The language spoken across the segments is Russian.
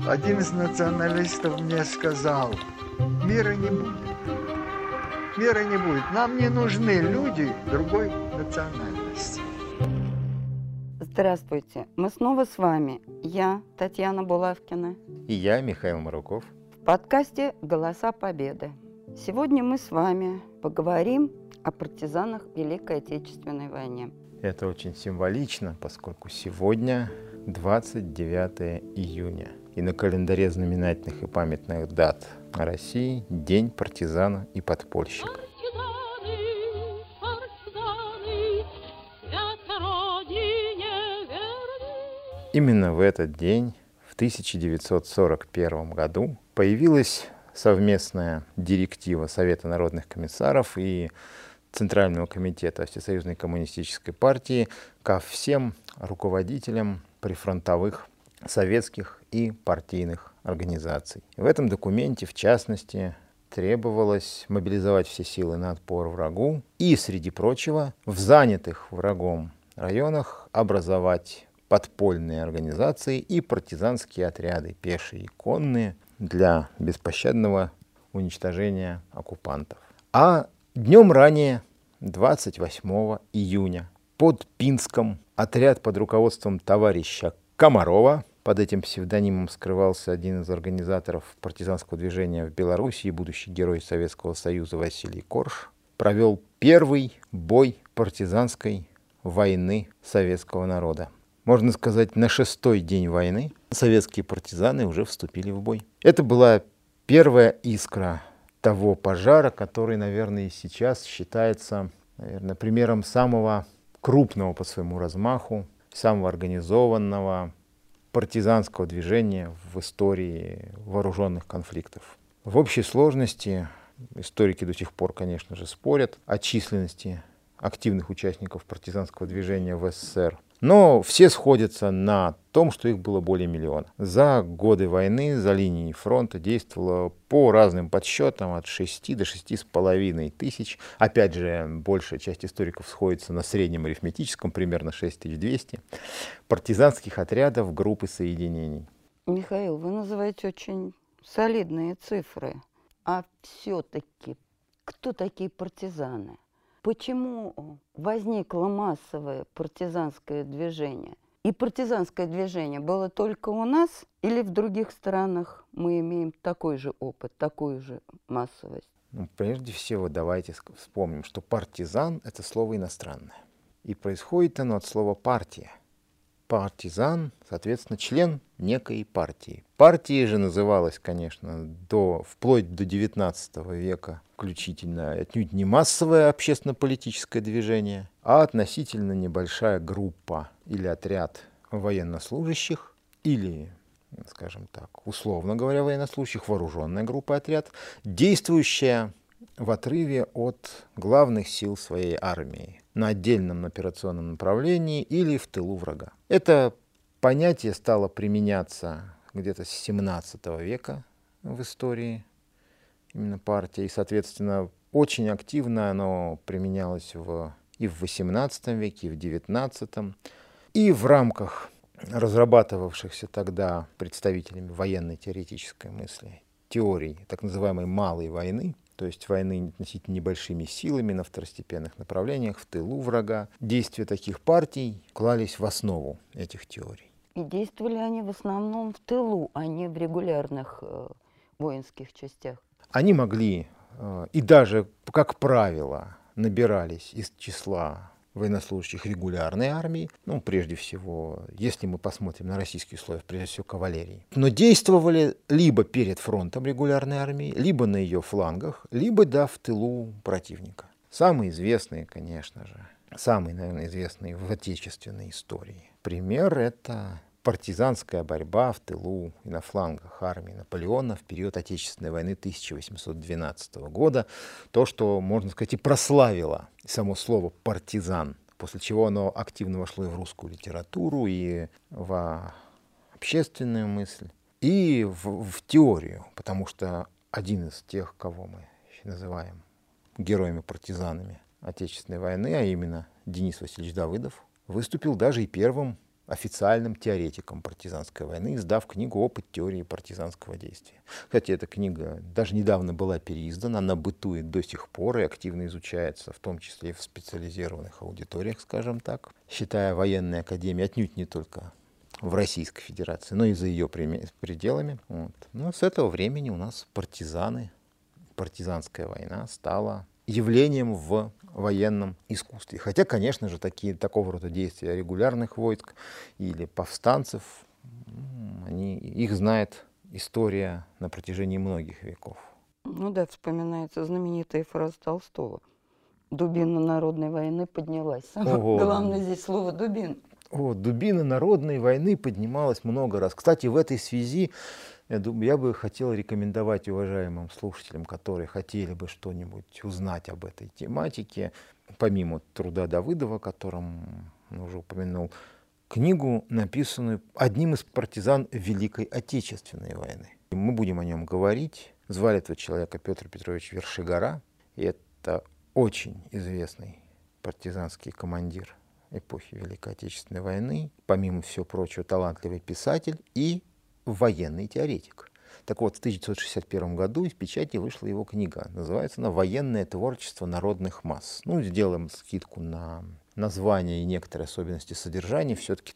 Один из националистов мне сказал, мира не будет. Мира не будет. Нам не нужны люди другой национальности. Здравствуйте, мы снова с вами. Я, Татьяна Булавкина. И я, Михаил Маруков. В подкасте «Голоса Победы». Сегодня мы с вами поговорим о партизанах Великой Отечественной войне. Это очень символично, поскольку сегодня 29 июня. И на календаре знаменательных и памятных дат России День партизана и подпольщика. Именно в этот день, в 1941 году, появилась совместная директива Совета народных комиссаров и Центрального комитета Всесоюзной коммунистической партии ко всем руководителям прифронтовых советских и партийных организаций. В этом документе, в частности, требовалось мобилизовать все силы на отпор врагу и, среди прочего, в занятых врагом районах образовать подпольные организации и партизанские отряды, пешие и конные, для беспощадного уничтожения оккупантов. А днем ранее, 28 июня, под Пинском отряд под руководством товарища Комарова, под этим псевдонимом скрывался один из организаторов партизанского движения в Беларуси и будущий герой Советского Союза Василий Корж, провел первый бой партизанской войны советского народа. Можно сказать, на 6-й день войны советские партизаны уже вступили в бой. Это была первая искра того пожара, который, наверное, и сейчас считается, примером самого крупного по своему размаху, самого организованного партизанского движения в истории вооруженных конфликтов. В общей сложности историки до сих пор, конечно же, спорят о численности активных участников партизанского движения в СССР. Но все сходятся на том, что их было более миллиона. За годы войны за линией фронта действовало по разным подсчетам от 6 до 6,5 тысяч. Опять же, большая часть историков сходится на среднем арифметическом, примерно 6200, партизанских отрядов, групп и соединений. Михаил, вы называете очень солидные цифры. А все-таки кто такие партизаны? Почему возникло массовое партизанское движение? И партизанское движение было только у нас или в других странах мы имеем такой же опыт, такую же массовость? Прежде всего, давайте вспомним, что партизан – это слово иностранное. И происходит оно от слова «партия». Партизан, соответственно, член некой партии. Партией же называлась, конечно, вплоть до XIX века включительно отнюдь не массовое общественно-политическое движение, а относительно небольшая группа или отряд военнослужащих, или, скажем так, условно говоря, военнослужащих, вооруженная группа, отряд, действующая в отрыве от главных сил своей армии, на отдельном операционном направлении или в тылу врага. Это понятие стало применяться где-то с 17 века в истории, именно партия, и, соответственно, очень активно оно применялось и в 18 веке, и в 19. И в рамках разрабатывавшихся тогда представителями военной теоретической мысли теорий так называемой малой войны, то есть войны относительно небольшими силами на второстепенных направлениях, в тылу врага, действия таких партий клались в основу этих теорий. И действовали они в основном в тылу, а не в регулярных воинских частях. Они могли, и даже, как правило, набирались из числа военнослужащих регулярной армии, прежде всего, если мы посмотрим на российские условия, прежде всего кавалерии, но действовали либо перед фронтом регулярной армии, либо на ее флангах, либо, в тылу противника. Самые известные, конечно же, самые, наверное, известные в отечественной истории пример — это партизанская борьба в тылу и на флангах армии Наполеона в период Отечественной войны 1812 года. То, что, можно сказать, и прославило само слово «партизан», после чего оно активно вошло и в русскую литературу, и в общественную мысль, и в теорию, потому что один из тех, кого мы называем героями-партизанами Отечественной войны, а именно Денис Васильевич Давыдов, выступил даже и первым официальным теоретиком партизанской войны, издав книгу «Опыт теории партизанского действия». Кстати, эта книга даже недавно была переиздана, она бытует до сих пор и активно изучается, в том числе и в специализированных аудиториях, скажем так, считая военные академии отнюдь не только в Российской Федерации, но и за ее пределами. Вот. Но с этого времени у нас партизанская война стала явлением в военном искусстве. Хотя, конечно же, такого рода действия регулярных войск или повстанцев, их знает история на протяжении многих веков. Ну да, вспоминается знаменитая фраза Толстого. Дубина народной войны поднялась. Главное здесь слово «дубин». Дубина народной войны поднималась много раз. Кстати, в этой связи я бы хотел рекомендовать уважаемым слушателям, которые хотели бы что-нибудь узнать об этой тематике, помимо труда Давыдова, о котором я уже упомянул, книгу, написанную одним из партизан Великой Отечественной войны. Мы будем о нем говорить. Звали этого человека Петр Петрович Вершигора, и это очень известный партизанский командир эпохи Великой Отечественной войны, помимо всего прочего, талантливый писатель и военный теоретик. Так вот, в 1961 году из печати вышла его книга. Называется она «Военное творчество народных масс». Сделаем скидку на название и некоторые особенности содержания. Все-таки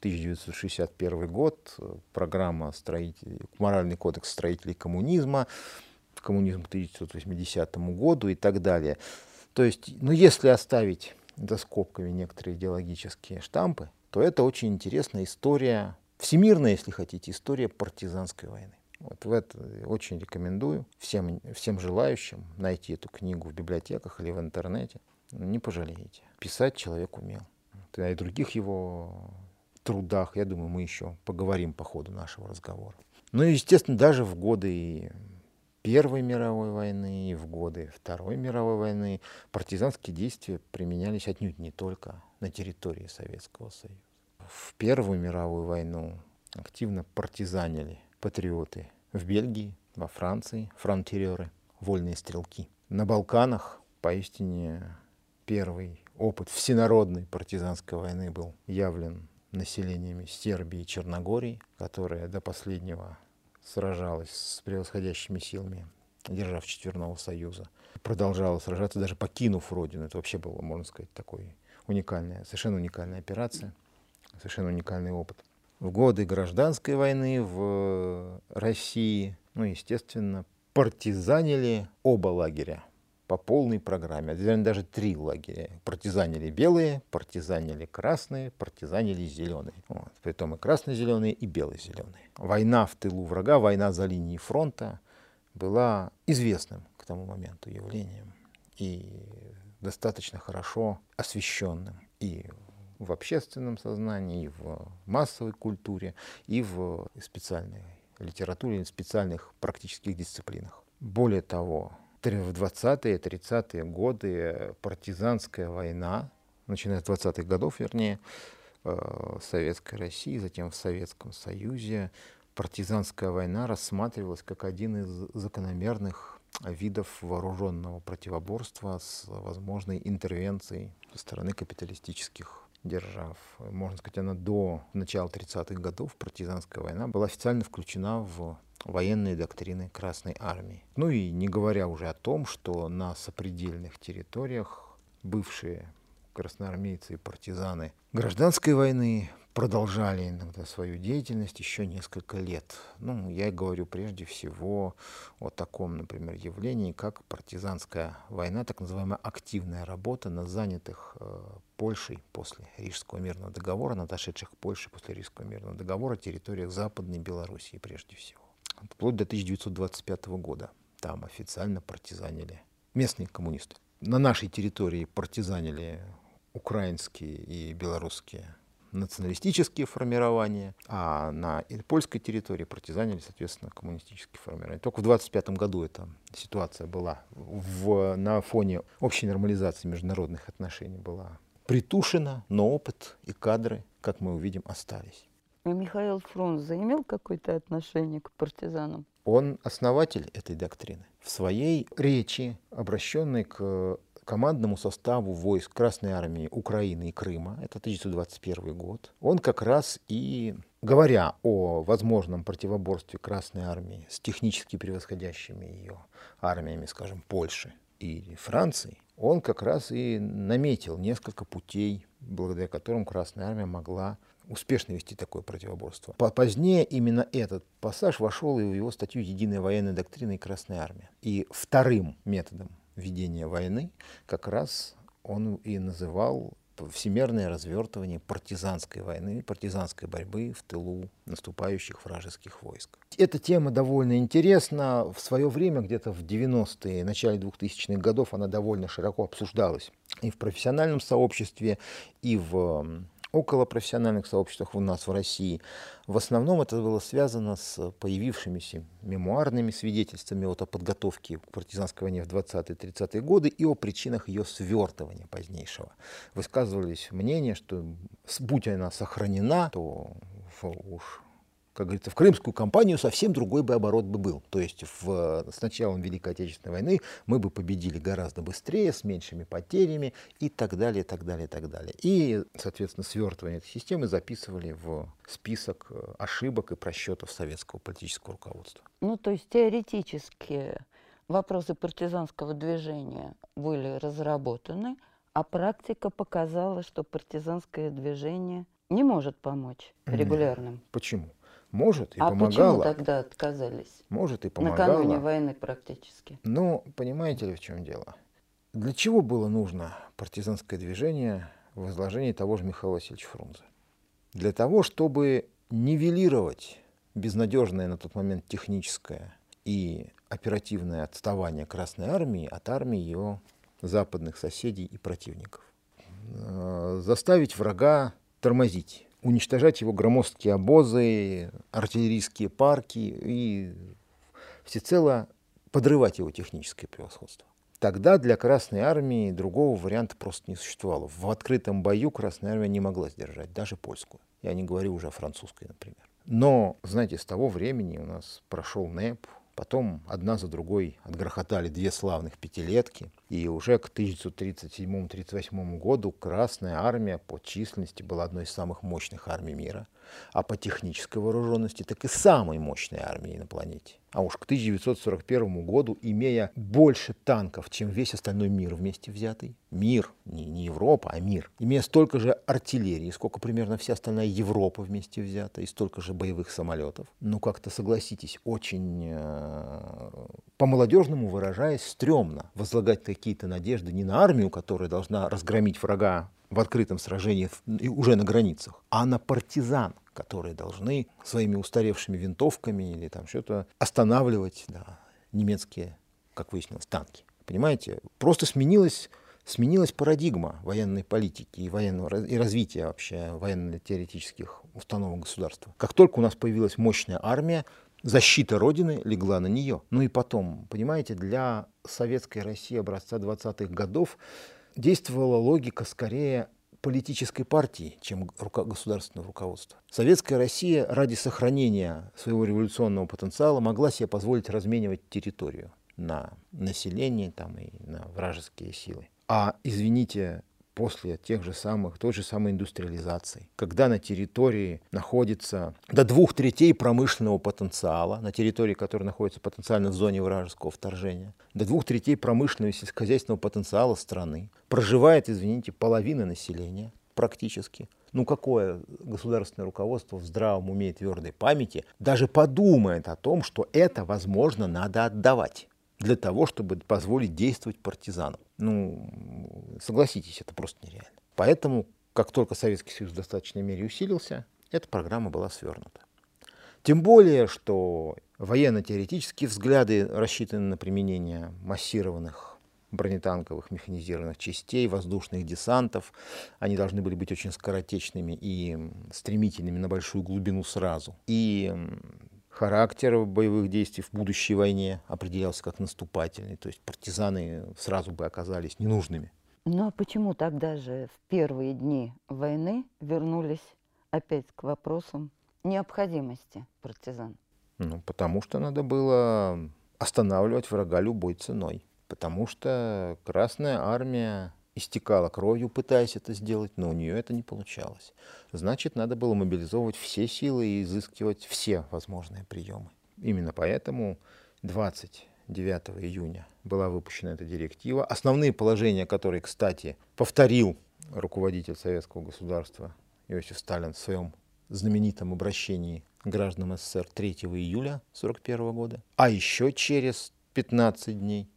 1961 год, программа «Моральный кодекс строителей коммунизма», коммунизм к 1980 году и так далее. То есть, если оставить за скобками некоторые идеологические штампы, то это очень интересная история, всемирная, если хотите, история партизанской войны. В это очень рекомендую всем желающим найти эту книгу в библиотеках или в интернете. Не пожалеете. Писать человек умел. И о других его трудах, я думаю, мы еще поговорим по ходу нашего разговора. И, естественно, даже в годы Первой мировой войны и в годы Второй мировой войны партизанские действия применялись отнюдь не только на территории Советского Союза. В Первую мировую войну активно партизанили патриоты в Бельгии, во Франции, фронтиреры, вольные стрелки. На Балканах поистине первый опыт всенародной партизанской войны был явлен населениями Сербии и Черногории, которая до последнего сражалась с превосходящими силами держав Четверного Союза. Продолжала сражаться, даже покинув родину. Это вообще было, можно сказать, такой совершенно уникальная операция, совершенно уникальный опыт. В годы гражданской войны в России, естественно, партизанили оба лагеря по полной программе. Даже 3 лагеря. Партизанили белые, партизанили красные, партизанили зеленые. Притом и красно-зеленые, и бело-зеленые. Война в тылу врага, война за линией фронта была известным к тому моменту явлением и достаточно хорошо освещенным и в общественном сознании, и в массовой культуре, и в специальной литературе, и в специальных практических дисциплинах. Более того, в 20-е, 30-е годы партизанская война, начиная с 20-х годов, в Советской России, затем в Советском Союзе, партизанская война рассматривалась как один из закономерных видов вооруженного противоборства с возможной интервенцией со стороны капиталистических держав. Можно сказать, она до начала 30-х годов, партизанская война, была официально включена в военные доктрины Красной Армии. И не говоря уже о том, что на сопредельных территориях бывшие красноармейцы и партизаны гражданской войны продолжали иногда свою деятельность еще несколько лет. Я говорю прежде всего о таком, например, явлении, как партизанская война, так называемая активная работа на занятых Польшей после Рижского мирного договора, на дошедших Польши после Рижского мирного договора территориях Западной Белоруссии прежде всего. Вплоть до 1925 года там официально партизанили местные коммунисты. На нашей территории партизанили украинские и белорусские националистические формирования, а на польской территории партизанили, соответственно, коммунистические формирования. Только в 1925 году эта ситуация была на фоне общей нормализации международных отношений была притушена, но опыт и кадры, как мы увидим, остались. А Михаил Фрунзе имел какое-то отношение к партизанам? Он основатель этой доктрины. В своей речи, обращенной к командному составу войск Красной Армии Украины и Крыма, это 1921 год, он как раз и, говоря о возможном противоборстве Красной Армии с технически превосходящими ее армиями, скажем, Польши и Франции, он как раз и наметил несколько путей, благодаря которым Красная Армия могла успешно вести такое противоборство. Позднее именно этот пассаж вошел и в его статью «Единая военная доктрина и Красная Армия». И вторым методом ведения войны как раз он и называл всемирное развертывание партизанской войны, партизанской борьбы в тылу наступающих вражеских войск. Эта тема довольно интересна. В свое время, где-то в 90-е, начале 2000-х годов, она довольно широко обсуждалась и в профессиональном сообществе, и в околопрофессиональных сообществах у нас в России. В основном это было связано с появившимися мемуарными свидетельствами о подготовке к партизанской войне в 20-30-е годы и о причинах ее свертывания позднейшего. Высказывались мнения, что будь она сохранена, то уж, как говорится, в Крымскую кампанию совсем другой бы оборот бы был. То есть с началом Великой Отечественной войны мы бы победили гораздо быстрее, с меньшими потерями и так далее, так далее, так далее. И, соответственно, свертывание этой системы записывали в список ошибок и просчетов советского политического руководства. Ну, то есть теоретически вопросы партизанского движения были разработаны, а практика показала, что партизанское движение не может помочь регулярным. Почему? Может и помогало. А помогало. Почему тогда отказались? Может и помогало. Накануне войны практически. Ну, понимаете ли, в чем дело? Для чего было нужно партизанское движение в изложении того же Михаила Васильевича Фрунзе? Для того, чтобы нивелировать безнадежное на тот момент техническое и оперативное отставание Красной Армии от армии ее западных соседей и противников. Заставить врага тормозить, уничтожать его громоздкие обозы, артиллерийские парки и всецело подрывать его техническое превосходство. Тогда для Красной Армии другого варианта просто не существовало. В открытом бою Красная Армия не могла сдержать, даже польскую. Я не говорю уже о французской, например. Но, знаете, с того времени у нас прошел НЭП, потом одна за другой отгрохотали две славных пятилетки, и уже к 1937-1938 году Красная Армия по численности была одной из самых мощных армий мира, а по технической вооруженности так и самой мощной армией на планете. А уж к 1941 году, имея больше танков, чем весь остальной мир вместе взятый, мир, не Европа, а мир, имея столько же артиллерии, сколько примерно вся остальная Европа вместе взята, и столько же боевых самолетов, ну как-то, согласитесь, очень, по-молодежному выражаясь, стрёмно возлагать какие-то надежды не на армию, которая должна разгромить врага в открытом сражении уже на границах, а на партизан, которые должны своими устаревшими винтовками или там что-то останавливать немецкие, как выяснилось, танки. Понимаете? Просто сменилась парадигма военной политики и развития вообще военно-теоретических установок государства. Как только у нас появилась мощная армия, защита Родины легла на нее. Ну и потом, понимаете, для советской России образца 20-х годов действовала логика скорее политической партии, чем государственного руководства. Советская Россия ради сохранения своего революционного потенциала могла себе позволить разменивать территорию на население и на вражеские силы. А, извините, после той же самой индустриализации, когда на территории находится до 2/3 промышленного потенциала, на территории, которая находится потенциально в зоне вражеского вторжения, до 2/3 промышленного и сельскохозяйственного потенциала страны, проживает, извините, половина населения практически. Ну какое государственное руководство в здравом уме и твердой памяти даже подумает о том, что это, возможно, надо отдавать для того, чтобы позволить действовать партизанам? Ну, согласитесь, это просто нереально. Поэтому, как только Советский Союз в достаточной мере усилился, эта программа была свернута. Тем более, что военно-теоретические взгляды рассчитаны на применение массированных бронетанковых механизированных частей, воздушных десантов. Они должны были быть очень скоротечными и стремительными на большую глубину сразу. И характер боевых действий в будущей войне определялся как наступательный, то есть партизаны сразу бы оказались ненужными. Ну а почему тогда же в первые дни войны вернулись опять к вопросам необходимости партизан? Ну, потому что надо было останавливать врага любой ценой. потому что Красная Армия истекала кровью, пытаясь это сделать, но у нее это не получалось. Значит, надо было мобилизовывать все силы и изыскивать все возможные приемы. Именно поэтому 29 июня была выпущена эта директива, основные положения которой, кстати, повторил руководитель советского государства Иосиф Сталин в своем знаменитом обращении к гражданам СССР 3 июля 1941 года. А еще через 15 дней,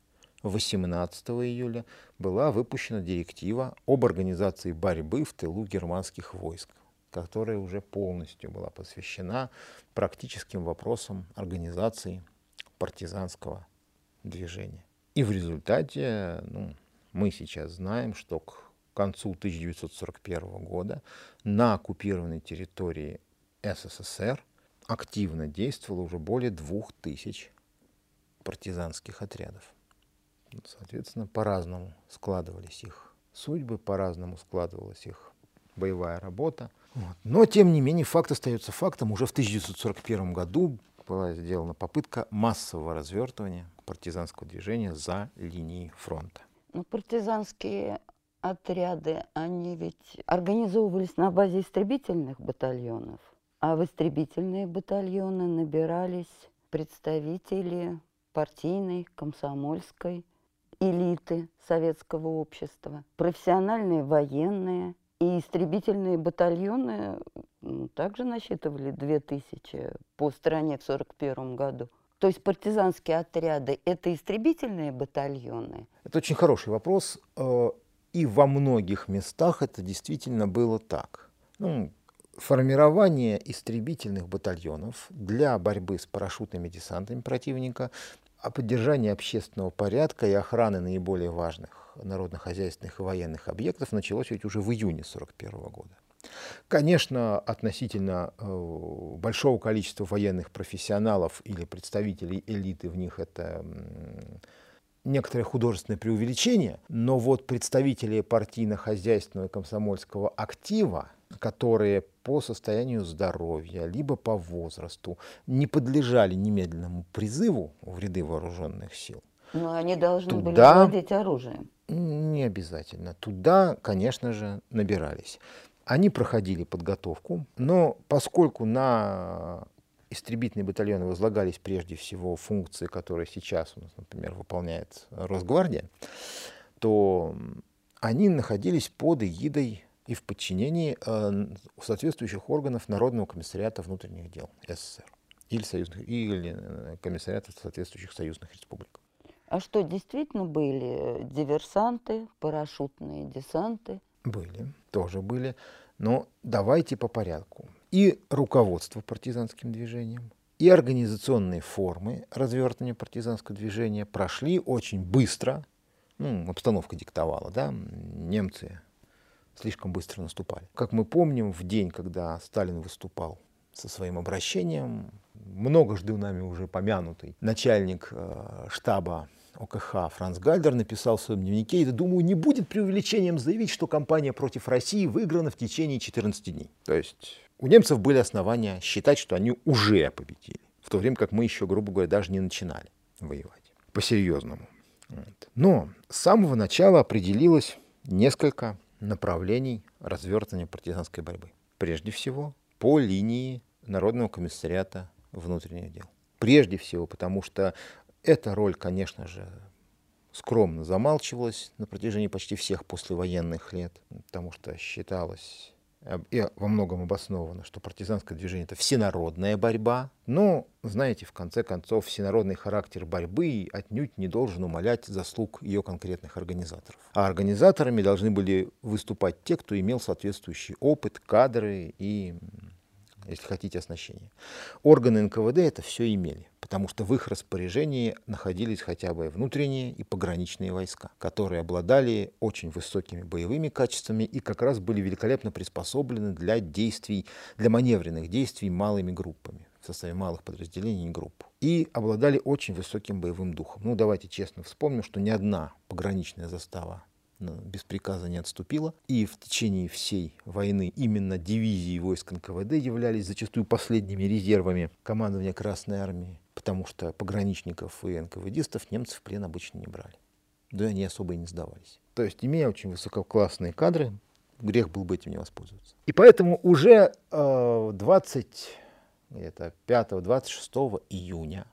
18 июля, была выпущена директива об организации борьбы в тылу германских войск, которая уже полностью была посвящена практическим вопросам организации партизанского движения. И в результате мы сейчас знаем, что к концу 1941 года на оккупированной территории СССР активно действовало уже более 2000 партизанских отрядов. Соответственно, по-разному складывались их судьбы, по-разному складывалась их боевая работа. Но, тем не менее, факт остается фактом. Уже в 1941 году была сделана попытка массового развертывания партизанского движения за линией фронта. Но партизанские отряды, они ведь организовывались на базе истребительных батальонов, а в истребительные батальоны набирались представители партийной, комсомольской элиты советского общества, профессиональные военные. И истребительные батальоны также насчитывали 2000 по стране в 1941 году. То есть партизанские отряды – это истребительные батальоны? Это очень хороший вопрос. И во многих местах это действительно было так. Формирование истребительных батальонов для борьбы с парашютными десантами противника, а поддержание общественного порядка и охраны наиболее важных народно-хозяйственных и военных объектов началось ведь уже в июне 1941 года. Конечно, относительно большого количества военных профессионалов или представителей элиты в них это некоторое художественное преувеличение, но вот представители партийно-хозяйственного и комсомольского актива, которые по состоянию здоровья, либо по возрасту не подлежали немедленному призыву в ряды вооруженных сил. Но они должны были владеть оружием. Не обязательно. Туда, конечно же, набирались. Они проходили подготовку, но поскольку на истребительные батальоны возлагались прежде всего функции, которые сейчас, например, выполняет Росгвардия, то они находились под эгидой и в подчинении соответствующих органов Народного комиссариата внутренних дел СССР или комиссариата соответствующих союзных республик. А что, действительно были диверсанты, парашютные десанты? Были, тоже были. Но давайте по порядку. И руководство партизанским движением, и организационные формы развертывания партизанского движения прошли очень быстро. Обстановка диктовала, да, немцы слишком быстро наступали. Как мы помним, в день, когда Сталин выступал со своим обращением, многожды нами уже помянутый начальник штаба ОКХ Франц Гальдер написал в своем дневнике: и, думаю, не будет преувеличением заявить, что кампания против России выиграна в течение 14 дней. То есть у немцев были основания считать, что они уже победили, в то время как мы еще, грубо говоря, даже не начинали воевать по-серьезному. Но с самого начала определилось несколько направлений развертывания партизанской борьбы. Прежде всего, по линии Народного комиссариата внутренних дел. Прежде всего, потому что эта роль, конечно же, скромно замалчивалась на протяжении почти всех послевоенных лет, потому что считалось и во многом обосновано, что партизанское движение — это всенародная борьба. Но, знаете, в конце концов, всенародный характер борьбы отнюдь не должен умалять заслуг ее конкретных организаторов. А организаторами должны были выступать те, кто имел соответствующий опыт, кадры и, если хотите, оснащение. Органы НКВД это все имели, потому что в их распоряжении находились хотя бы внутренние и пограничные войска, которые обладали очень высокими боевыми качествами и как раз были великолепно приспособлены для действий, для маневренных действий малыми группами, в составе малых подразделений и групп. И обладали очень высоким боевым духом. Давайте честно вспомним, что ни одна пограничная застава без приказа не отступила. И в течение всей войны именно дивизии войск НКВД являлись зачастую последними резервами командования Красной Армии, потому что пограничников и НКВДистов немцы в плен обычно не брали. да они особо и не сдавались. То есть, имея очень высококлассные кадры, грех был бы этим не воспользоваться. И поэтому уже 25-26 июня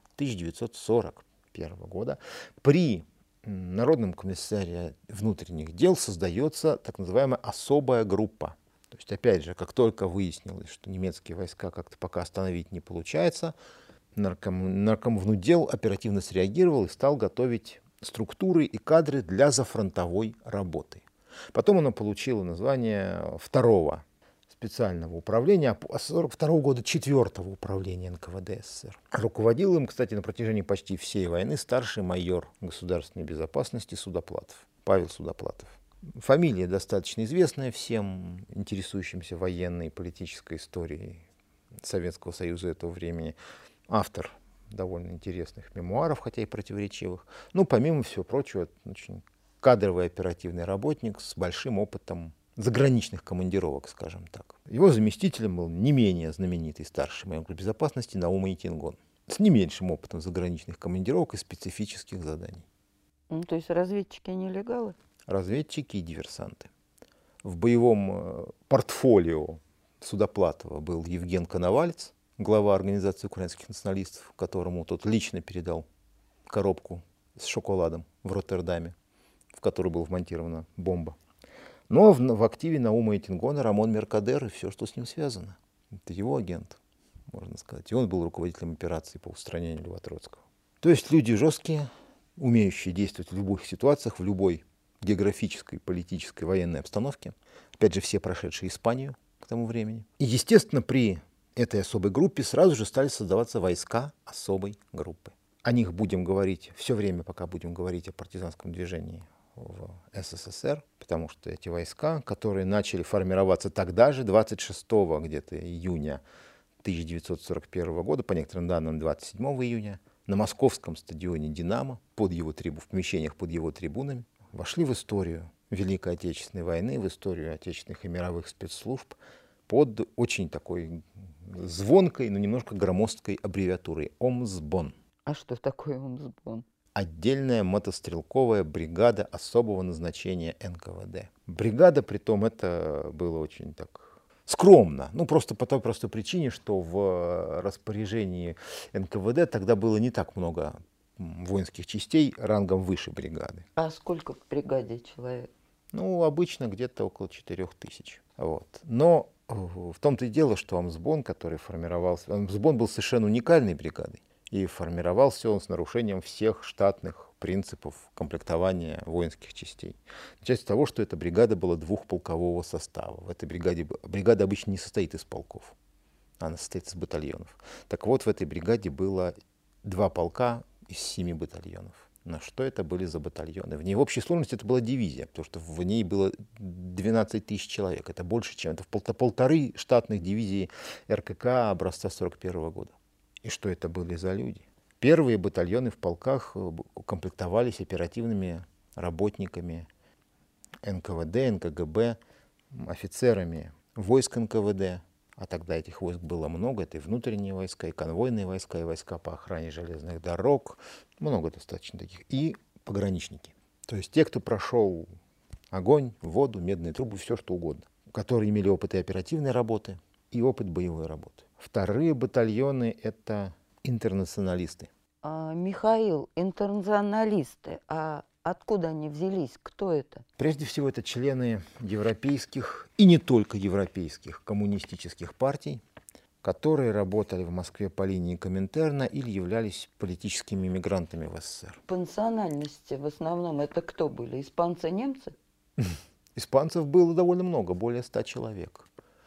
1941 года при Народном комиссаре внутренних дел создается так называемая особая группа. То есть, опять же, как только выяснилось, что немецкие войска как-то пока остановить не получается, Наркомвнудел оперативно среагировал и стал готовить структуры и кадры для зафронтовой работы. Потом оно получило название второго специального управления, а с 1942 года 4-го управления НКВД СССР. Руководил им, кстати, на протяжении почти всей войны старший майор государственной безопасности Судоплатов, Павел Судоплатов. Фамилия достаточно известная всем интересующимся военной и политической историей Советского Союза этого времени. Автор довольно интересных мемуаров, хотя и противоречивых. Ну, помимо всего прочего, очень кадровый оперативный работник с большим опытом заграничных командировок, скажем так. Его заместителем был не менее знаменитый старший майор безопасности Наум Итингон с не меньшим опытом заграничных командировок и специфических заданий. Ну, то есть разведчики нелегалы? Разведчики и диверсанты. В боевом портфолио Судоплатова был Евген Коновалец, глава организации украинских националистов, которому тот лично передал коробку с шоколадом в Роттердаме, в которой была вмонтирована бомба. Но в активе Наума Итингона Рамон Меркадер и все, что с ним связано. Это его агент, можно сказать. И он был руководителем операции по устранению Льва Троцкого. То есть люди жесткие, умеющие действовать в любых ситуациях, в любой географической, политической, военной обстановке. Опять же, все прошедшие Испанию к тому времени. И, естественно, при этой особой группе сразу же стали создаваться войска особой группы. О них будем говорить все время, пока будем говорить о партизанском движении в СССР, потому что эти войска, которые начали формироваться тогда же, 26 где-то июня 1941 года, по некоторым данным 27 июня, на московском стадионе «Динамо», в помещениях под его трибунами, вошли в историю Великой Отечественной войны, в историю отечественных и мировых спецслужб под очень такой звонкой, но немножко громоздкой аббревиатурой ОМСБОН. А что такое ОМСБОН? Отдельная мотострелковая бригада особого назначения НКВД. Бригада, притом, это было очень так скромно. Ну, просто по той простой причине, что в распоряжении НКВД тогда было не так много воинских частей рангом выше бригады. А сколько в бригаде человек? Ну, обычно где-то около 4000. Вот. Но в том-то и дело, что ОМСБОН, который формировался... ОМСБОН был совершенно уникальной бригадой. И формировался он с нарушением всех штатных принципов комплектования воинских частей. Начать с того, что эта бригада была двухполкового состава. В этой бригада обычно не состоит из полков, она состоит из батальонов. Так вот, в этой бригаде было 2 полка из 7 батальонов. Но что это были за батальоны? В ней в общей сложности это была дивизия, потому что в ней было 12 000 человек. Это больше, чем это полторы штатных дивизии РКК образца 1941 года. И что это были за люди? Первые батальоны в полках укомплектовались оперативными работниками НКВД, НКГБ, офицерами войск НКВД, а тогда этих войск было много, это и внутренние войска, и конвойные войска, и войска по охране железных дорог, много достаточно таких, и пограничники. То есть те, кто прошел огонь, воду, медные трубы, все что угодно, которые имели опыт и оперативной работы, и опыт боевой работы. Вторые батальоны — это интернационалисты. Михаил, интернационалисты, а откуда они взялись? Кто это? Прежде всего, это члены европейских и не только европейских коммунистических партий, которые работали в Москве по линии Коминтерна или являлись политическими мигрантами в СССР. По национальности в основном это кто были? Испанцы, немцы? Испанцев было довольно много, более 100 человек.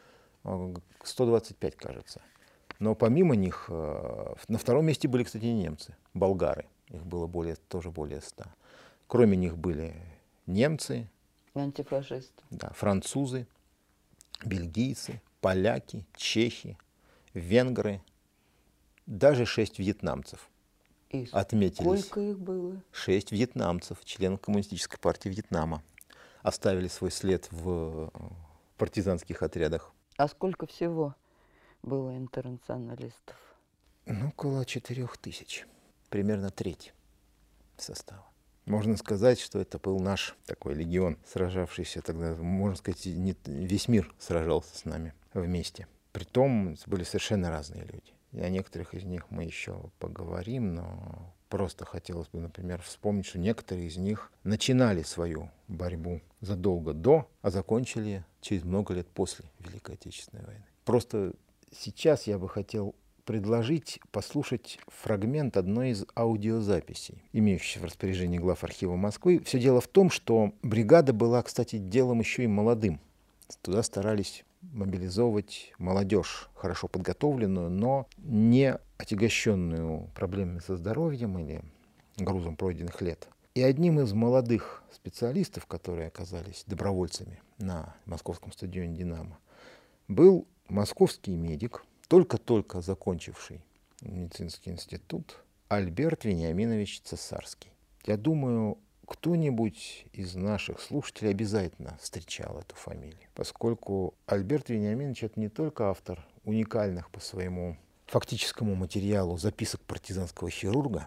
125, кажется. Но помимо них, на втором месте были, кстати, немцы, болгары. Их было тоже более 100. Кроме них были немцы, Антифашисты. да, французы, бельгийцы, поляки, чехи, венгры, даже 6 вьетнамцев. И отметились. Сколько их было? 6 вьетнамцев, членов Коммунистической партии Вьетнама, оставили свой след в партизанских отрядах. А сколько всего было интернационалистов? Около 4000, примерно треть состава. Можно сказать, что это был наш такой легион, сражавшийся тогда, можно сказать, весь мир сражался с нами вместе. Притом были совершенно разные люди. И о некоторых из них мы еще поговорим, но просто хотелось бы, например, вспомнить, что некоторые из них начинали свою борьбу задолго до, а закончили через много лет после Великой Отечественной войны. Просто сейчас я бы хотел предложить послушать фрагмент одной из аудиозаписей, имеющейся в распоряжении главархива Москвы. Все дело в том, что бригада была, кстати, делом еще и молодым. Туда старались мобилизовывать молодежь, хорошо подготовленную, но не отягощенную проблемами со здоровьем или грузом пройденных лет. И одним из молодых специалистов, которые оказались добровольцами на московском стадионе «Динамо», был московский медик, только-только закончивший медицинский институт, Альберт Вениаминович Цесарский. Я думаю, кто-нибудь из наших слушателей обязательно встречал эту фамилию, поскольку Альберт Вениаминович — это не только автор уникальных по своему фактическому материалу записок партизанского хирурга,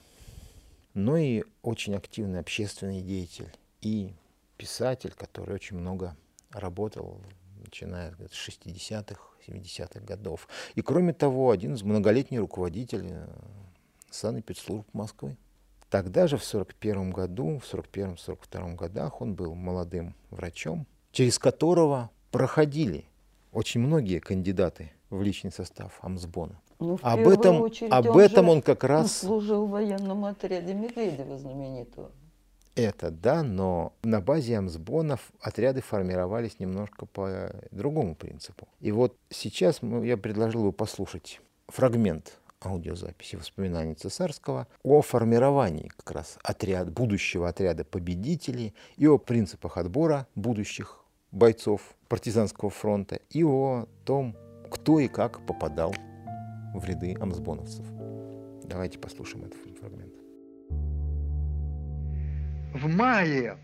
но и очень активный общественный деятель и писатель, который очень много работал, начиная с 60-х, 70-х годов. И кроме того, один из многолетний руководитель санэпидслужб Москвы. Тогда же, в 1941 году, в 1941-1942 годах он был молодым врачом, через которого проходили очень многие кандидаты в личный состав Амсбона. Ну, об этом он как раз служил в военном отряде Медведева знаменитого. Это да, но на базе Амсбонов отряды формировались немножко по другому принципу. И вот сейчас я предложил бы послушать фрагмент аудиозаписи воспоминаний Цесарского о формировании как раз будущего отряда победителей и о принципах отбора будущих бойцов партизанского фронта и о том, кто и как попадал в ряды амсбоновцев. Давайте послушаем этот фрагмент. В мае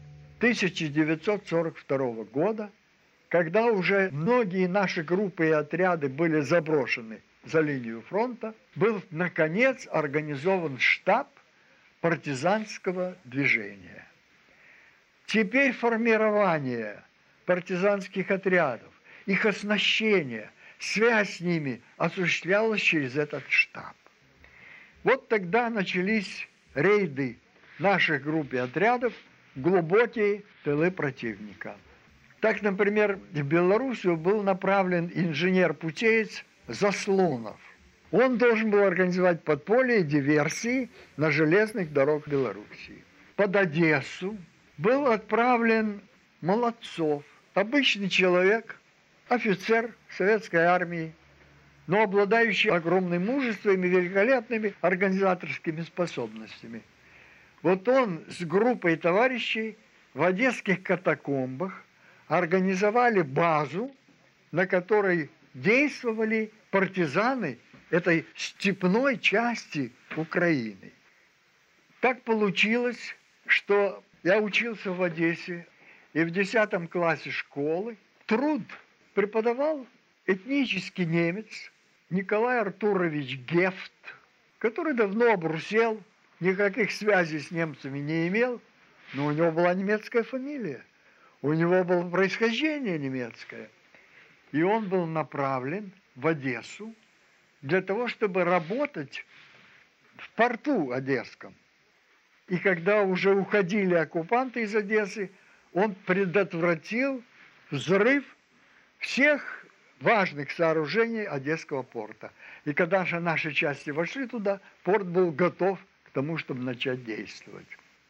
1942 года, когда уже многие наши группы и отряды были заброшены за линию фронта, был, наконец, организован штаб партизанского движения. Теперь формирование партизанских отрядов, их оснащение, связь с ними осуществлялась через этот штаб. Вот тогда начались рейды наших групп и отрядов в глубокие тылы противника. Так, например, в Белоруссию был направлен инженер-путеец Заслонов. Он должен был организовать подполье и диверсии на железных дорогах Белоруссии. Под Одессу был отправлен Молодцов, обычный человек, офицер советской армии, но обладающий огромным мужеством и великолепными организаторскими способностями. Вот он с группой товарищей в одесских катакомбах организовали базу, на которой действовали партизаны этой степной части Украины. Так получилось, что я учился в Одессе, и в 10 классе школы труд преподавал этнический немец Николай Артурович Гефт, который давно обрусел, никаких связей с немцами не имел, но у него была немецкая фамилия, у него было происхождение немецкое. И он был направлен в Одессу для того, чтобы работать в порту одесском. И когда уже уходили оккупанты из Одессы, он предотвратил взрыв всех важных сооружений Одесского порта. И когда же наши части вошли туда, порт был готов к тому, чтобы начать действовать.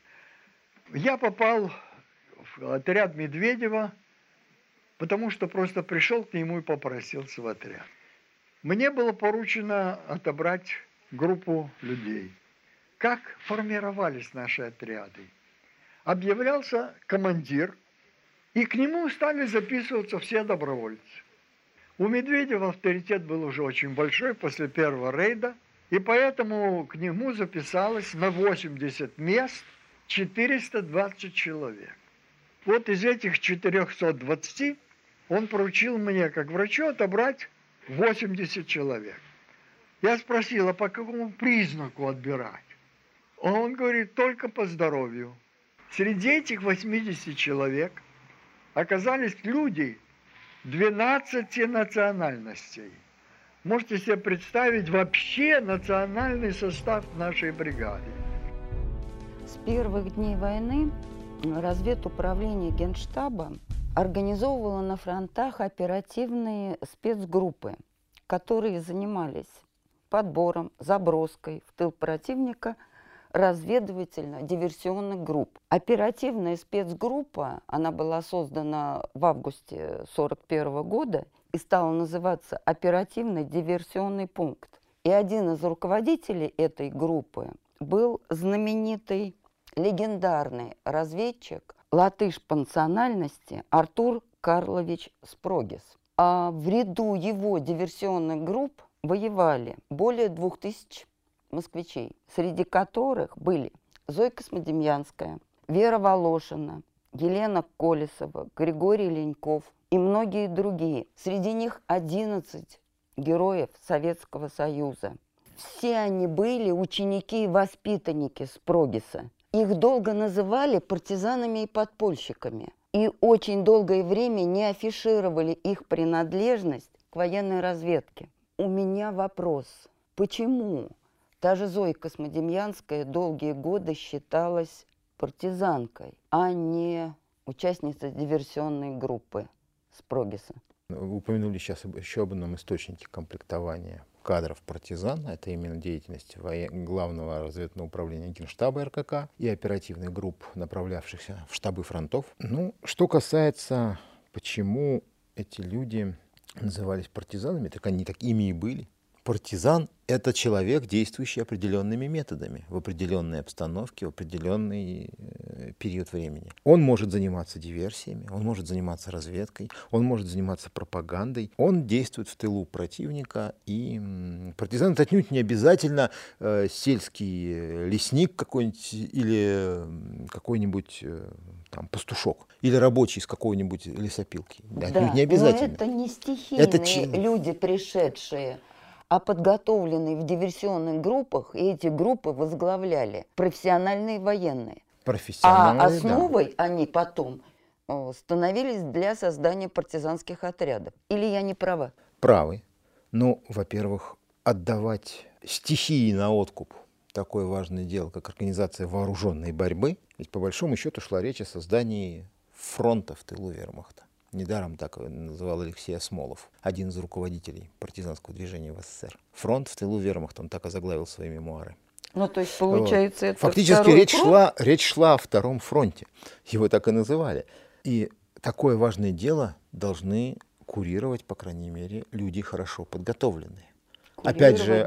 Я попал в отряд Медведева, потому что просто пришел к нему и попросился в отряд. Мне было поручено отобрать группу людей. Как формировались наши отряды? Объявлялся командир, и к нему стали записываться все добровольцы. У Медведева авторитет был уже очень большой после первого рейда, и поэтому к нему записалось на 80 мест 420 человек. Вот из этих 420 он поручил мне, как врачу, отобрать 80 человек. Я спросил, а по какому признаку отбирать? Он говорит, только по здоровью. Среди этих 80 человек оказались люди 12 национальностей. Можете себе представить вообще национальный состав нашей бригады. С первых дней войны разведуправление Генштаба организовывало на фронтах оперативные спецгруппы, которые занимались подбором, заброской в тыл противника разведывательно-диверсионных групп. Оперативная спецгруппа, она была создана в августе 1941 года и стала называться оперативный диверсионный пункт. И один из руководителей этой группы был знаменитый, легендарный разведчик, латыш по национальности Артур Карлович Спрогис. А в ряду его диверсионных групп воевали более 2000 москвичей, среди которых были Зоя Космодемьянская, Вера Волошина, Елена Колесова, Григорий Леньков и многие другие. Среди них 11 героев Советского Союза. Все они были ученики и воспитанники Спрогиса. Их долго называли партизанами и подпольщиками. И очень долгое время не афишировали их принадлежность к военной разведке. У меня вопрос. Почему та же Зоя Космодемьянская долгие годы считалась партизанкой, а не участницей диверсионной группы Спрогиса? Вы упомянули сейчас еще об одном источнике комплектования кадров партизан. Это именно деятельность Главного разведного управления Генштаба РКК и оперативных групп, направлявшихся в штабы фронтов. Ну, что касается, почему эти люди назывались партизанами, так они такими и были. Партизан — это человек, действующий определенными методами, в определенной обстановке, в определенный период времени. Он может заниматься диверсиями, он может заниматься разведкой, он может заниматься пропагандой. Он действует в тылу противника. И партизан — это отнюдь не обязательно сельский лесник какой-нибудь или какой-нибудь там пастушок, или рабочий из какой-нибудь лесопилки. Отнюдь не обязательно. Но это не стихийные люди, пришедшие, а подготовленные в диверсионных группах, и эти группы возглавляли профессиональные военные. Профессиональные, а основой они потом становились для создания партизанских отрядов. Или я не права? Правы. Ну, во-первых, отдавать стихии на откуп такое важное дело, как организация вооруженной борьбы, ведь по большому счету шла речь о создании фронта в тылу вермахта. Недаром так называл Алексей Осмолов, один из руководителей партизанского движения в СССР. Фронт в тылу вермахта, он так озаглавил свои мемуары. Ну, то есть, получается, это фактически речь шла о втором фронте. Его так и называли. И такое важное дело должны курировать, по крайней мере, люди хорошо подготовленные. Опять же,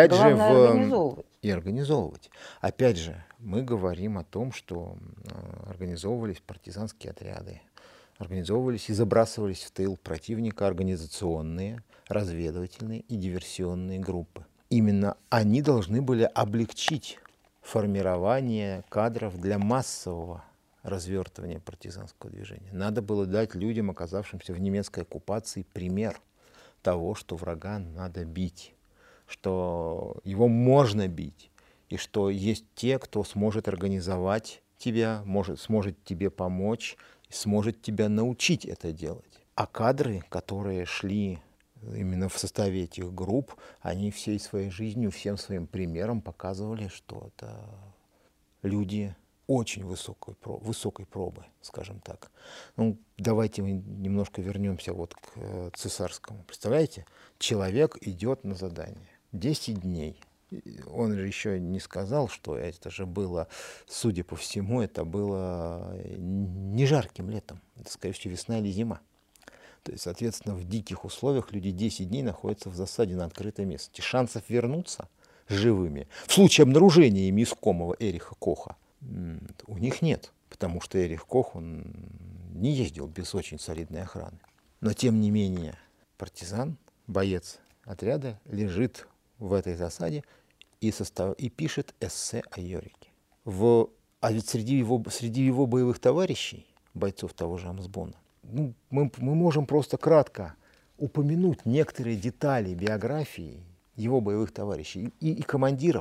организовывать. Опять же, мы говорим о том, что организовывались партизанские отряды, организовывались и забрасывались в тыл противника организационные, разведывательные и диверсионные группы. Именно они должны были облегчить формирование кадров для массового развертывания партизанского движения. Надо было дать людям, оказавшимся в немецкой оккупации, пример того, что врага надо бить, что его можно бить, и что есть те, кто сможет организовать тебя, сможет тебе помочь, сможет тебя научить это делать. А кадры, которые шли именно в составе этих групп, они всей своей жизнью, всем своим примером показывали, что это люди очень высокой пробы, скажем так. Ну, давайте мы немножко вернемся вот к Цесарскому. Представляете, человек идет на задание 10 дней. Он же еще не сказал, что это же было, судя по всему, это было не жарким летом. Это, скорее всего, весна или зима. То есть, соответственно, в диких условиях люди 10 дней находятся в засаде на открытой местности. Шансов вернуться живыми в случае обнаружения ими искомого Эриха Коха у них нет, потому что Эрих Кох, он не ездил без очень солидной охраны. Но, тем не менее, партизан, боец отряда, лежит в этой засаде и пишет эссе о Йорике. А ведь среди его боевых товарищей, бойцов того же Амсбона, мы можем просто кратко упомянуть некоторые детали биографии его боевых товарищей и командиров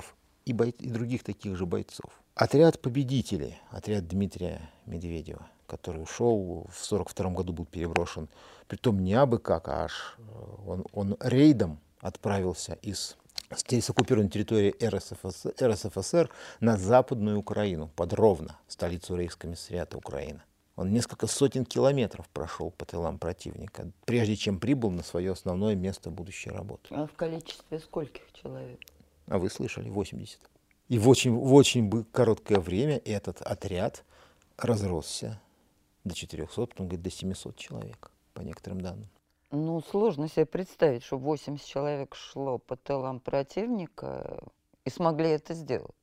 и других таких же бойцов. Отряд победителей, отряд Дмитрия Медведева, который ушел в 1942 году, был переброшен, притом не абы как, а аж он рейдом отправился с оккупированной территории РСФСР на Западную Украину, под Ровно, столицу рейхскомиссариата Украины. Он несколько сотен километров прошел по тылам противника, прежде чем прибыл на свое основное место будущей работы. А в количестве скольких человек? А вы слышали, 80. И в очень короткое время этот отряд разросся до 400, потом говорит, до 700 человек, по некоторым данным. Ну, сложно себе представить, что 80 человек шло по тылам противника и смогли это сделать.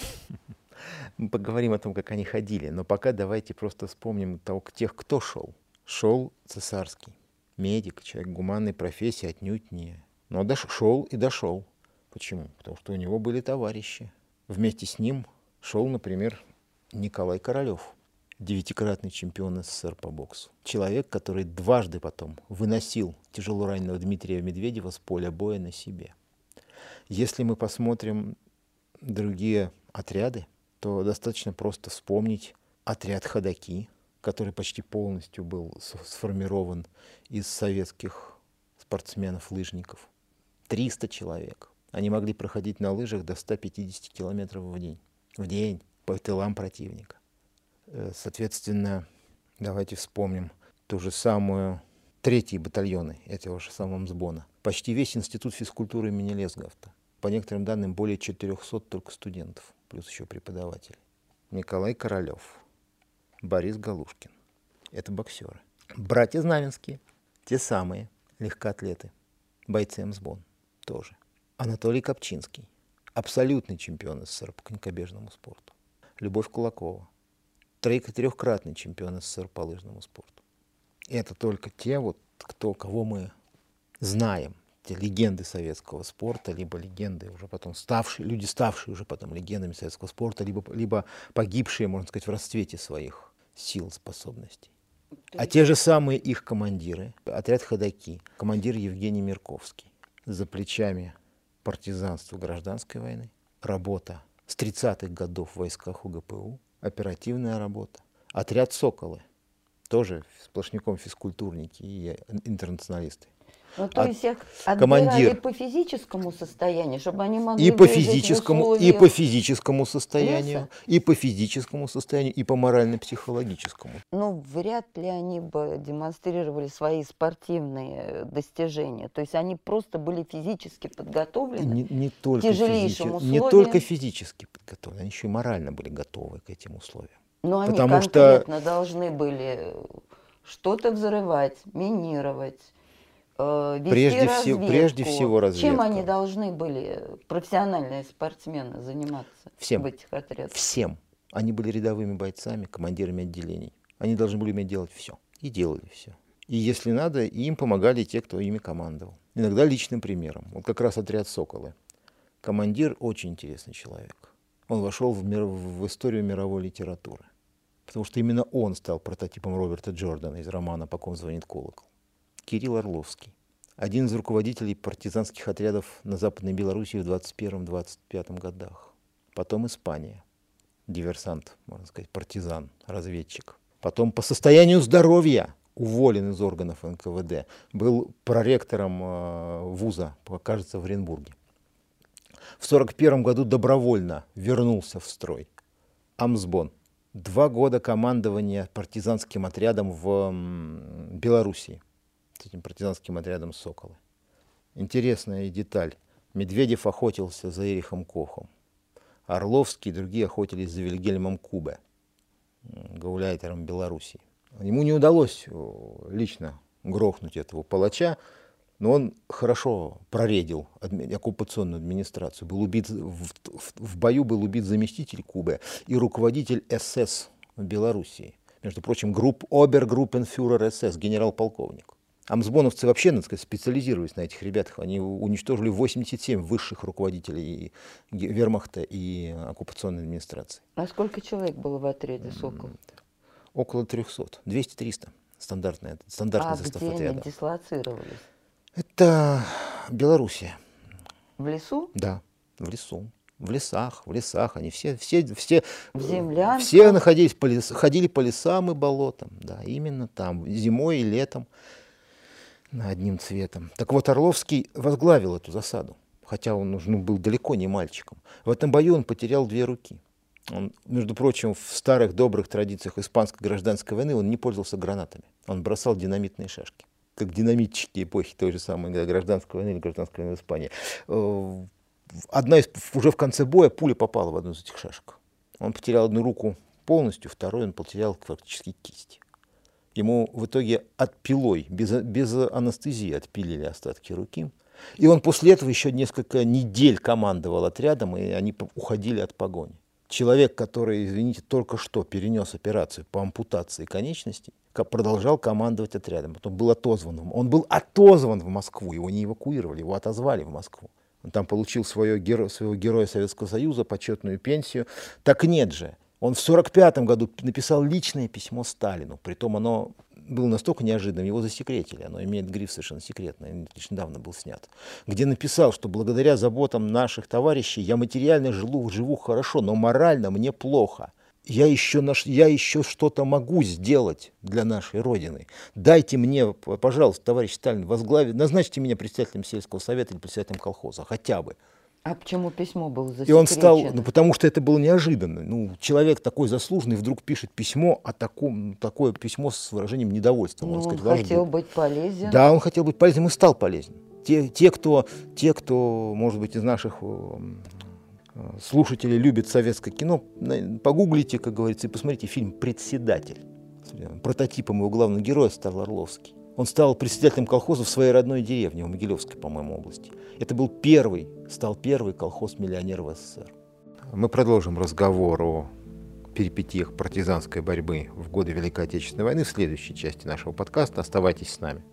Мы поговорим о том, как они ходили, но пока давайте просто вспомним тех, кто шел. Шел цесарский медик, человек гуманной профессии, отнюдь не. Но шел и дошел. Почему? Потому что у него были товарищи. Вместе с ним шел, например, Николай Королев, 9-кратный чемпион СССР по боксу. Человек, который дважды потом выносил тяжелораненого Дмитрия Медведева с поля боя на себе. Если мы посмотрим другие отряды, то достаточно просто вспомнить отряд «Ходоки», который почти полностью был сформирован из советских спортсменов-лыжников. 300 человек. Они могли проходить на лыжах до 150 километров в день. В день по тылам противника. Соответственно, давайте вспомним ту же самую 3-й батальоны этого же самого Мсбона. Почти весь институт физкультуры имени Лесгауфта. По некоторым данным, более 400 только студентов, плюс еще преподаватели. Николай Королев, Борис Галушкин. Это боксеры. Братья Знаменские, те самые легкоатлеты, бойцы Мсбон тоже. Анатолий Копчинский, абсолютный чемпион СССР по конькобежному спорту. Любовь Кулакова, 3-кратный чемпион СССР по лыжному спорту. Это только те, кого мы знаем, те легенды советского спорта, либо легенды уже потом люди, ставшие уже потом легендами советского спорта, либо погибшие, можно сказать, в расцвете своих сил, способностей. А те же самые их командиры, отряд «Ходоки», командир Евгений Мирковский, за плечами партизанство гражданской войны, работа с 30-х годов в войсках УГПУ, оперативная работа. Отряд «Соколы», тоже сплошняком физкультурники и интернационалисты. Ну, то есть их отбирали по физическому состоянию, чтобы они могли и по физическому состоянию, и по физическому состоянию, и по морально-психологическому. Ну, вряд ли они бы демонстрировали свои спортивные достижения. То есть они просто были физически подготовлены не к тяжелейшим условиям. Не только физически подготовлены, они еще и морально были готовы к этим условиям. Но они конкретно должны были что-то взрывать, минировать, вести разведку. Прежде всего разведку. Чем они должны были, профессиональные спортсмены, заниматься в этих отрядах? Всем. Они были рядовыми бойцами, командирами отделений. Они должны были уметь делать все. И делали все. И если надо, им помогали те, кто ими командовал. Иногда личным примером. Вот как раз отряд «Соколы». Командир очень интересный человек. Он вошел в историю мировой литературы. Потому что именно он стал прототипом Роберта Джордана из романа «По ком звонит колокол». Кирилл Орловский, один из руководителей партизанских отрядов на Западной Белоруссии в 21-25 годах. Потом Испания, диверсант, можно сказать, партизан, разведчик. Потом по состоянию здоровья уволен из органов НКВД, был проректором вуза, кажется, в Оренбурге. В 1941 году добровольно вернулся в строй. Амсбон. 2 года командования партизанским отрядом в Белоруссии. С этим партизанским отрядом «Соколы». Интересная деталь. Медведев охотился за Эрихом Кохом. Орловский и другие охотились за Вильгельмом Кубе, гауляйтером Белоруссии. Ему не удалось лично грохнуть этого палача, но он хорошо проредил оккупационную администрацию. Был убит, в бою был убит заместитель Кубе и руководитель СС в Белоруссии. Между прочим, обергруппенфюрер СС, генерал-полковник. Амсбоновцы вообще, надо сказать, специализировались на этих ребятах. Они уничтожили 87 высших руководителей вермахта и оккупационной администрации. А сколько человек было в отряде «Сокол»? Около 300. 200-300. Стандартный состав отряда. Где они дислоцировались? Это Белоруссия. В лесу? Да, в лесу. в лесах, они все В землянках? все находились ходили по лесам и болотам, да, именно там, зимой и летом, одним цветом. Так вот, Орловский возглавил эту засаду, хотя он был далеко не мальчиком. В этом бою он потерял 2 руки. Он, между прочим, в старых добрых традициях испанской гражданской войны он не пользовался гранатами, он бросал динамитные шашки, как динамитчики эпохи той же самой гражданской войны или гражданской войны в Испании. Уже в конце боя пуля попала в одну из этих шашек. Он потерял 1 руку полностью, 2 он потерял фактически кисть. Ему в итоге пилой, без анестезии отпилили остатки руки. И он после этого еще несколько недель командовал отрядом, и они уходили от погони. Человек, который, извините, только что перенес операцию по ампутации конечностей, продолжал командовать отрядом. Потом был отозван. Он был отозван в Москву, его не эвакуировали, его отозвали в Москву. Он там получил своего героя Советского Союза, почетную пенсию. Так нет же. Он в 1945 году написал личное письмо Сталину. Притом оно было настолько неожиданным, его засекретили. Оно имеет гриф совершенно секретный, лишь недавно был снят. Где написал, что благодаря заботам наших товарищей я материально живу хорошо, но морально мне плохо. Я еще что-то могу сделать для нашей Родины. Дайте мне, пожалуйста, товарищ Сталин, назначьте меня председателем сельского совета или председателем колхоза, хотя бы. А почему письмо было засекречено? И он стал, потому что это было неожиданно. Человек такой заслуженный вдруг пишет письмо такое письмо с выражением недовольства. Он хотел быть полезен. Да, он хотел быть полезен и стал полезен. Те, кто, может быть, из наших слушателей любит советское кино, погуглите, как говорится, и посмотрите фильм «Председатель». Прототипом его главного героя стал Орловский. Он стал председателем колхоза в своей родной деревне, в Могилевской, по-моему, области. Это стал первый колхоз-миллионер в СССР. Мы продолжим разговор о перипетиях партизанской борьбы в годы Великой Отечественной войны в следующей части нашего подкаста. Оставайтесь с нами.